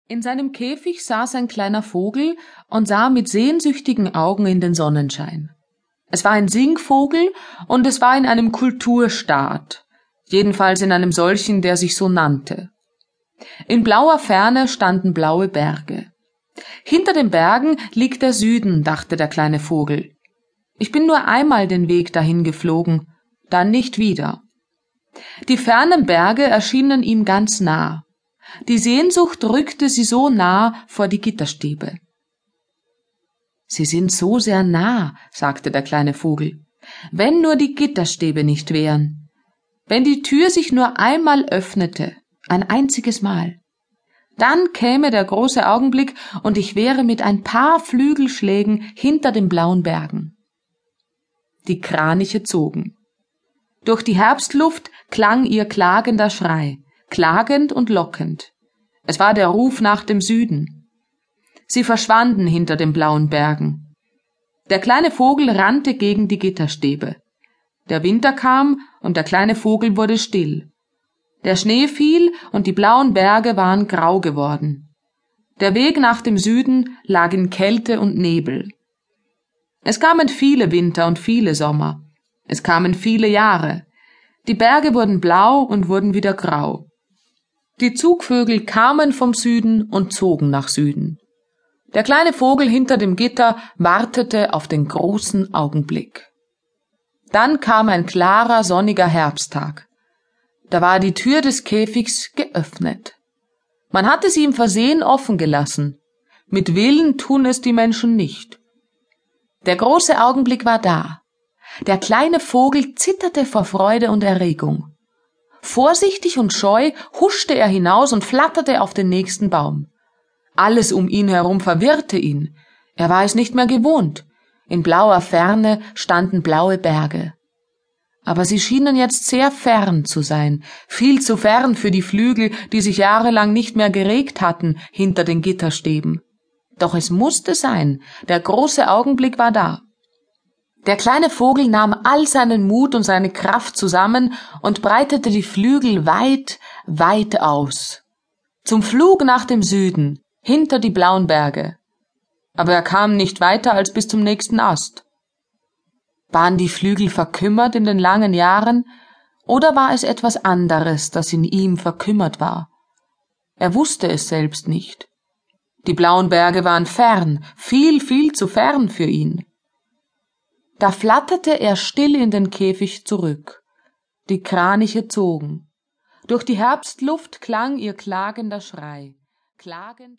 In seinem Käfig saß ein kleiner Vogel und sah mit sehnsüchtigen Augen in den Sonnenschein. Es war ein Singvogel und es war in einem Kulturstaat, jedenfalls in einem solchen, der sich so nannte. In blauer Ferne standen blaue Berge. Hinter den Bergen liegt der Süden, dachte der kleine Vogel. Ich bin nur einmal den Weg dahin geflogen, dann nicht wieder. Die fernen Berge erschienen ihm ganz nah. Die Sehnsucht rückte sie so nah vor die Gitterstäbe. »Sie sind so sehr nah«, sagte der kleine Vogel, »wenn nur die Gitterstäbe nicht wären. Wenn die Tür sich nur einmal öffnete, ein einziges Mal. Dann käme der große Augenblick und ich wäre mit ein paar Flügelschlägen hinter den blauen Bergen.« Die Kraniche zogen. Durch die Herbstluft klang ihr klagender Schrei, klagend und lockend. Es war der Ruf nach dem Süden. Sie verschwanden hinter den blauen Bergen. Der kleine Vogel rannte gegen die Gitterstäbe. Der Winter kam und der kleine Vogel wurde still. Der Schnee fiel und die blauen Berge waren grau geworden. Der Weg nach dem Süden lag in Kälte und Nebel. Es kamen viele Winter und viele Sommer. Es kamen viele Jahre. Die Berge wurden blau und wurden wieder grau. Die Zugvögel kamen vom Süden und zogen nach Süden. Der kleine Vogel hinter dem Gitter wartete auf den großen Augenblick. Dann kam ein klarer, sonniger Herbsttag. Da war die Tür des Käfigs geöffnet. Man hatte sie im Versehen offen gelassen. Mit Willen tun es die Menschen nicht. Der große Augenblick war da. Der kleine Vogel zitterte vor Freude und Erregung. Vorsichtig und scheu huschte er hinaus und flatterte auf den nächsten Baum. Alles um ihn herum verwirrte ihn. Er war es nicht mehr gewohnt. In blauer Ferne standen blaue Berge. Aber sie schienen jetzt sehr fern zu sein, viel zu fern für die Flügel, die sich jahrelang nicht mehr geregt hatten hinter den Gitterstäben. Doch es musste sein, der große Augenblick war da. Der kleine Vogel nahm all seinen Mut und seine Kraft zusammen und breitete die Flügel weit, weit aus. Zum Flug nach dem Süden, hinter die blauen Berge. Aber er kam nicht weiter als bis zum nächsten Ast. Waren die Flügel verkümmert in den langen Jahren, oder war es etwas anderes, das in ihm verkümmert war? Er wusste es selbst nicht. Die blauen Berge waren fern, viel, viel zu fern für ihn. Da flatterte er still in den Käfig zurück. Die Kraniche zogen. Durch die Herbstluft klang ihr klagender Schrei. Klagend